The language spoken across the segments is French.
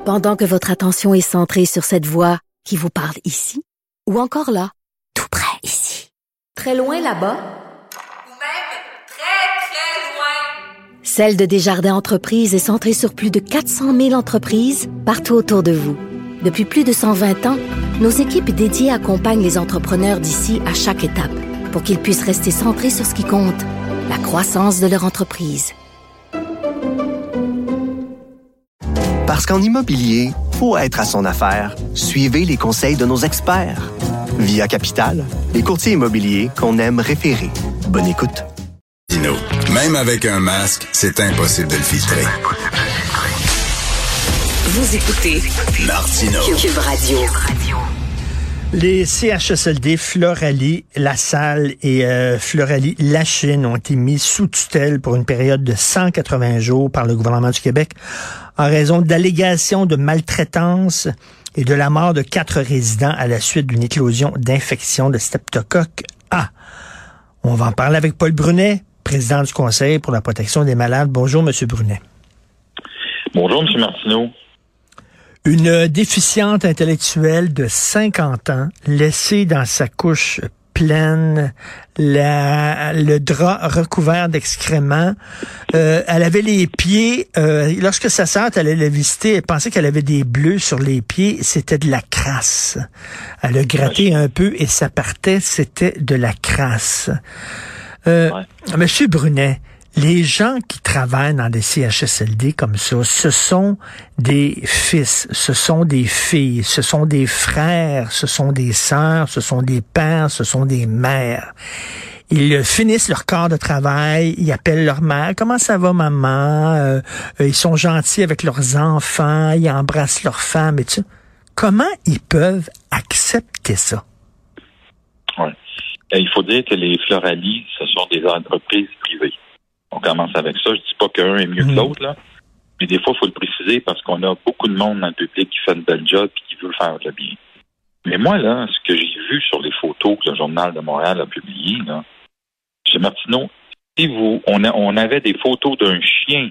Pendant que votre attention est centrée sur cette voix qui vous parle ici, ou encore là, tout près ici, très loin là-bas, ou même très, très loin. Celle de Desjardins Entreprises est centrée sur plus de 400 000 entreprises partout autour de vous. Depuis plus de 120 ans, nos équipes dédiées accompagnent les entrepreneurs d'ici à chaque étape pour qu'ils puissent rester centrés sur ce qui compte, la croissance de leur entreprise. Parce qu'en immobilier, pour être à son affaire, suivez les conseils de nos experts. Via Capital, les courtiers immobiliers qu'on aime référer. Bonne écoute. Même avec un masque, c'est impossible de le filtrer. Vous écoutez Martino. Cube Radio. Les CHSLD Floralie LaSalle et Floralie Lachine ont été mis sous tutelle pour une période de 180 jours par le gouvernement du Québec en raison d'allégations de maltraitance et de la mort de 4 résidents à la suite d'une éclosion d'infection de streptocoque A. On va en parler avec Paul Brunet, président du Conseil pour la protection des malades. Bonjour, M. Brunet. Bonjour, M. Martineau. Une déficiente intellectuelle de 50 ans, laissée dans sa couche pleine, le drap recouvert d'excréments. Elle avait les pieds, lorsque sa sœur allait la visiter, elle pensait qu'elle avait des bleus sur les pieds, c'était de la crasse. Elle a gratté un peu et ça partait, c'était de la crasse. Monsieur Brunet, les gens qui travaillent dans des CHSLD comme ça, ce sont des fils, ce sont des filles, ce sont des frères, ce sont des sœurs, ce sont des pères, ce sont des mères. Ils finissent leur quart de travail, ils appellent leur mère. « Comment ça va, maman? » Ils sont gentils avec leurs enfants, ils embrassent leurs femmes et tout ça. Comment ils peuvent accepter ça? Ouais. Il faut dire que les Floralie, ce sont des entreprises privées. On commence avec ça. Je dis pas qu'un est mieux que l'autre, là. Mais des fois, il faut le préciser parce qu'on a beaucoup de monde dans le public qui fait une belle job et qui veut faire le bien. Mais moi, là, ce que j'ai vu sur les photos que le Journal de Montréal a publiées, là, M. Martineau, si on avait des photos d'un chien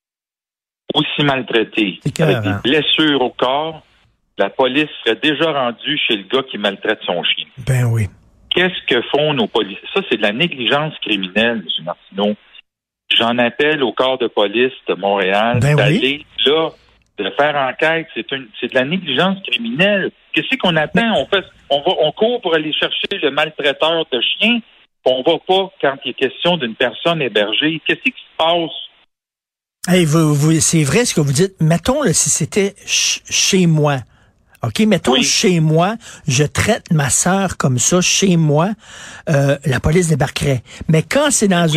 aussi maltraité, avec des blessures au corps, la police serait déjà rendue chez le gars qui maltraite son chien. Ben oui. Qu'est-ce que font nos policiers? Ça, c'est de la négligence criminelle, M. Martineau. J'en appelle au corps de police de Montréal d'aller là, de faire enquête. C'est de la négligence criminelle. Qu'est-ce qu'on attend? On court pour aller chercher le maltraiteur de chiens. On va pas quand il est question d'une personne hébergée. Qu'est-ce qui se passe? Hey, c'est vrai ce que vous dites. Mettons là, si c'était chez moi. OK, mettons chez moi, je traite ma sœur comme ça, chez moi, la police débarquerait. Mais quand c'est dans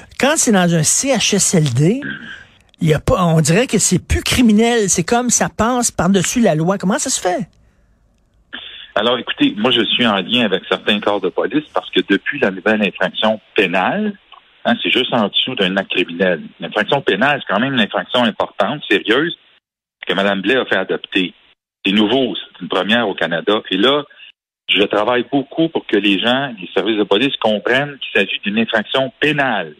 un CHSLD, il y a pas, on dirait que c'est plus criminel, c'est comme ça passe par-dessus la loi. Comment ça se fait? Alors, écoutez, moi, je suis en lien avec certains corps de police parce que depuis la nouvelle infraction pénale, c'est juste en dessous d'un acte criminel. L'infraction pénale, c'est quand même une infraction importante, sérieuse, que Mme Blais a fait adopter. C'est nouveau, c'est une première au Canada. Et là, je travaille beaucoup pour que les gens, les services de police comprennent qu'il s'agit d'une infraction pénale.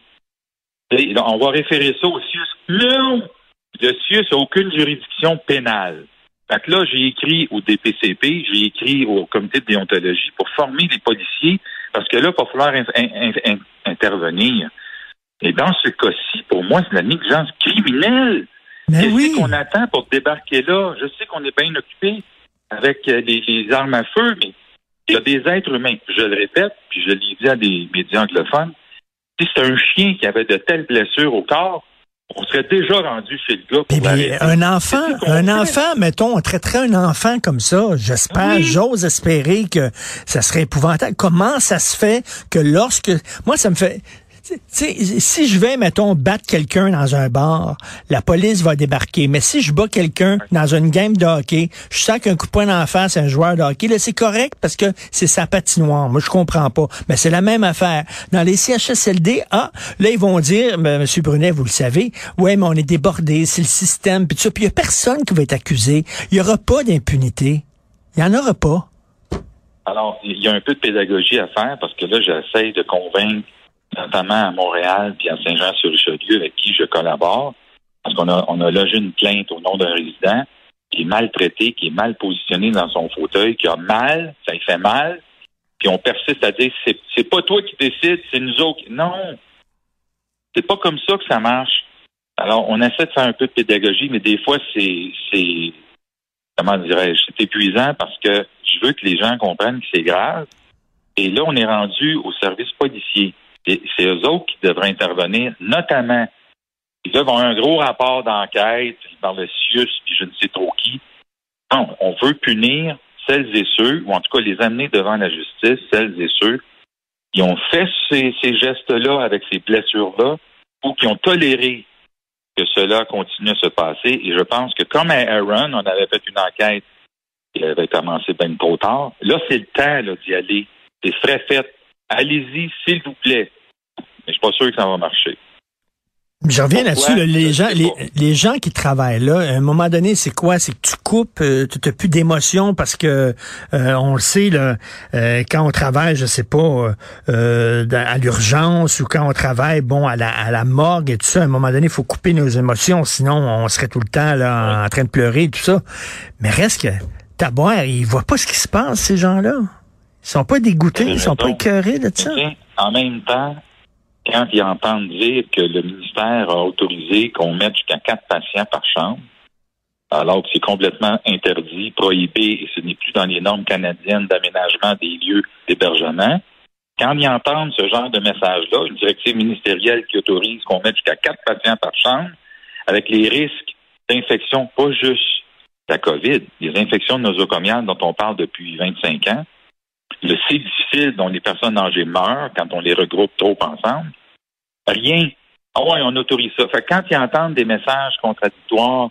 Et là, on va référer ça au CIUS. Non! Le CIUS n'a aucune juridiction pénale. Fait que là, j'ai écrit au DPCP, j'ai écrit au comité de déontologie pour former les policiers, parce que là, il va falloir intervenir. Et dans ce cas-ci, pour moi, c'est de la négligence criminelle. Qu'est-ce qu'on attend pour débarquer là? Je sais qu'on est bien occupé avec les armes à feu, mais il y a des êtres humains. Je le répète, puis je l'ai dit à des médias anglophones. Si c'est un chien qui avait de telles blessures au corps, on serait déjà rendu chez le gars pour l'arrêter. Un enfant, mettons, on traiterait un enfant comme ça. J'espère, j'ose espérer que ça serait épouvantable. Comment ça se fait que lorsque... Moi, ça me fait... Si je vais, mettons, battre quelqu'un dans un bar, la police va débarquer. Mais si je bats quelqu'un dans une game de hockey, je sens qu'un coup de poing d'en face à un joueur de hockey, là, c'est correct parce que c'est sa patinoire. Moi, je comprends pas. Mais c'est la même affaire. Dans les CHSLD, là, ils vont dire, M. Brunet, vous le savez, ouais, mais on est débordé, c'est le système, puis tout ça. Puis il y a personne qui va être accusé. Il y aura pas d'impunité. Il y en aura pas. Alors, il y a un peu de pédagogie à faire parce que là, j'essaie de convaincre notamment à Montréal puis à Saint-Jean-sur-Richelieu, avec qui je collabore, parce qu'on a logé une plainte au nom d'un résident qui est maltraité, qui est mal positionné dans son fauteuil, qui a mal, ça lui fait mal, puis on persiste à dire c'est pas toi qui décides, c'est nous autres. Non, c'est pas comme ça que ça marche. Alors, on essaie de faire un peu de pédagogie, mais des fois, c'est comment dirais-je, c'est épuisant parce que je veux que les gens comprennent que c'est grave. Et là, on est rendu au service policier. Et c'est eux autres qui devraient intervenir, notamment. Ils doivent avoir un gros rapport d'enquête par le CIUS, puis je ne sais trop qui. Non, on veut punir celles et ceux, ou en tout cas les amener devant la justice, celles et ceux qui ont fait ces gestes-là avec ces blessures-là, ou qui ont toléré que cela continue à se passer. Et je pense que comme à Aaron, on avait fait une enquête qui avait commencé bien trop tard. Là, c'est le temps là, d'y aller. C'est frais fait. Allez-y, s'il vous plaît. Mais je suis pas sûr que ça va marcher. Je reviens là-dessus, là, les gens qui travaillent là, à un moment donné, c'est quoi? C'est que tu coupes, tu n'as plus d'émotion parce que on le sait, là, quand on travaille, je sais pas, à l'urgence ou quand on travaille, bon, à la morgue et tout ça, à un moment donné, il faut couper nos émotions, sinon on serait tout le temps là en train de pleurer et tout ça. Mais reste que Taboire, ils voient pas ce qui se passe, ces gens-là. Ils sont pas dégoûtés, ils sont pas écœurés de ça. En même temps, quand ils entendent dire que le ministère a autorisé qu'on mette jusqu'à 4 patients par chambre, alors que c'est complètement interdit, prohibé, et ce n'est plus dans les normes canadiennes d'aménagement des lieux d'hébergement, quand ils entendent ce genre de message-là, une directive ministérielle qui autorise qu'on mette jusqu'à 4 patients par chambre, avec les risques d'infection, pas juste la COVID, les infections nosocomiales dont on parle depuis 25 ans, le C difficile dont les personnes âgées meurent quand on les regroupe trop ensemble. Rien. Ah ouais, on autorise ça. Fait que quand ils entendent des messages contradictoires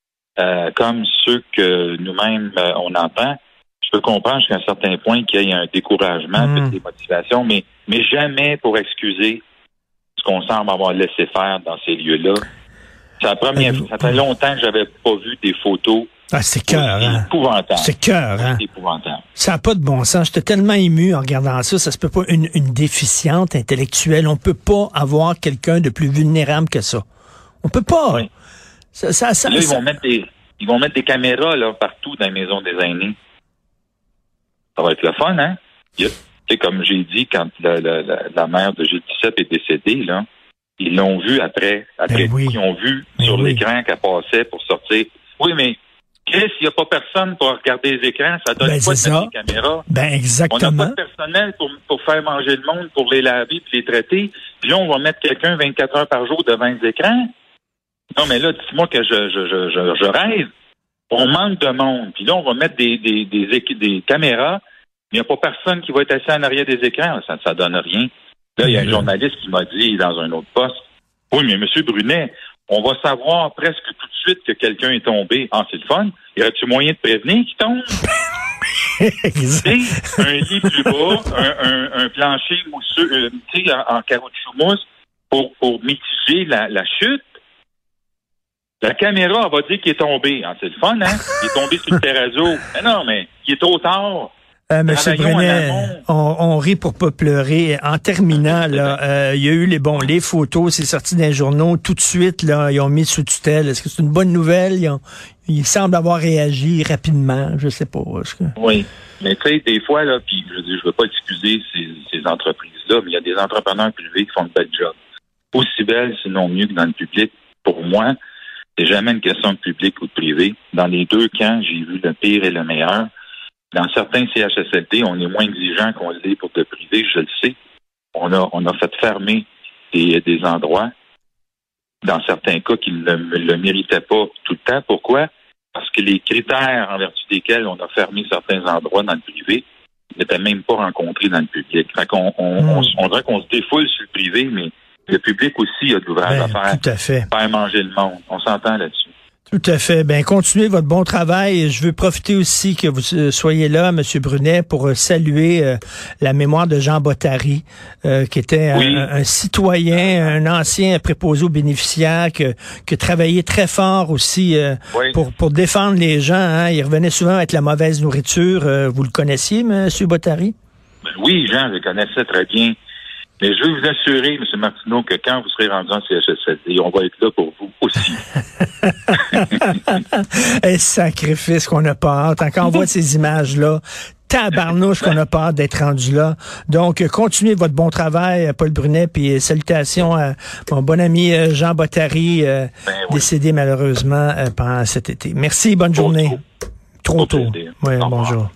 comme ceux que nous-mêmes on entend, je peux comprendre jusqu'à un certain point qu'il y ait un découragement, une démotivation, mais jamais pour excuser ce qu'on semble avoir laissé faire dans ces lieux-là. C'est la première fois. Ça fait longtemps que j'avais pas vu des photos. Ah, c'est cœur, hein? Épouvantable. C'est cœur, hein? C'est épouvantable. Ça n'a pas de bon sens. J'étais tellement ému en regardant ça. Ça se peut pas. Une déficiente intellectuelle. On peut pas avoir quelqu'un de plus vulnérable que ça. On peut pas. Oui. Là, ils vont mettre des caméras là partout dans les maisons des aînés. Ça va être le fun, hein? Tu sais, comme j'ai dit, quand la mère de Gilles Duceppe est décédée, là, ils l'ont vu après oui. Ils ont vu sur l'écran qu'elle passait pour sortir. Oui, mais Chris, il n'y a pas personne pour regarder les écrans. Ça donne pas de mettre des caméras. Ben, exactement. On n'a pas de personnel pour faire manger le monde, pour les laver puis les traiter. Puis là, on va mettre quelqu'un 24 heures par jour devant les écrans. Non, mais là, dis-moi que je rêve. On manque de monde. Puis là, on va mettre des caméras, mais il n'y a pas personne qui va être assis en arrière des écrans. Ça donne rien. Là, il y a un journaliste qui m'a dit dans un autre poste, oui, mais M. Brunet, on va savoir presque tout de suite que quelqu'un est tombé. Ah, c'est le fun. Y aurait-tu moyen de prévenir qu'il tombe? Un lit plus bas, un plancher mousseux, en caoutchouc mousse pour mitiger la chute. La caméra, elle va dire qu'il est tombé. Ah, c'est le fun, hein? Il est tombé sur le terrazzo. Mais non, mais il est trop tard. Monsieur Brunet, on rit pour pas pleurer. En terminant, là, il y a eu les photos, c'est sorti dans les journaux tout de suite. Là, ils ont mis sous tutelle. Est-ce que c'est une bonne nouvelle? Ils semblent avoir réagi rapidement. Je sais pas. Oui, mais tu sais, des fois là, puis je veux pas excuser ces entreprises-là, mais il y a des entrepreneurs privés qui font de bel job. Aussi belle, sinon mieux que dans le public. Pour moi, c'est jamais une question de public ou de privé. Dans les deux camps, j'ai vu le pire et le meilleur. Dans certains CHSLD, on est moins exigeant qu'on l'est pour le privé, je le sais. On a fait fermer des endroits, dans certains cas, qui ne le méritaient pas tout le temps. Pourquoi? Parce que les critères en vertu desquels on a fermé certains endroits dans le privé n'étaient même pas rencontrés dans le public. Fait qu'on dirait qu'on se défoule sur le privé, mais le public aussi a de l'ouvrage à faire. Tout à fait. Faire manger le monde. On s'entend là-dessus. Tout à fait. Ben, continuez votre bon travail. Je veux profiter aussi que vous soyez là, M. Brunet, pour saluer la mémoire de Jean Bottary, qui était un citoyen, un ancien préposé aux bénéficiaires, qui travaillait très fort aussi pour défendre les gens. Hein. Il revenait souvent avec la mauvaise nourriture. Vous le connaissiez, M. Bottary? Ben oui, Jean, je le connaissais très bien. Mais je veux vous assurer, M. Martineau, que quand vous serez rendu en CHSLD, on va être là pour vous aussi. Un sacrifice qu'on n'a pas hâte. Quand on voit ces images-là, tabarnouche qu'on a pas hâte d'être rendu là. Donc, continuez votre bon travail, Paul Brunet, puis salutations à mon bon ami Jean Bottary, décédé malheureusement pendant cet été. Merci, bonne journée. Trop tôt. Oui, bonjour.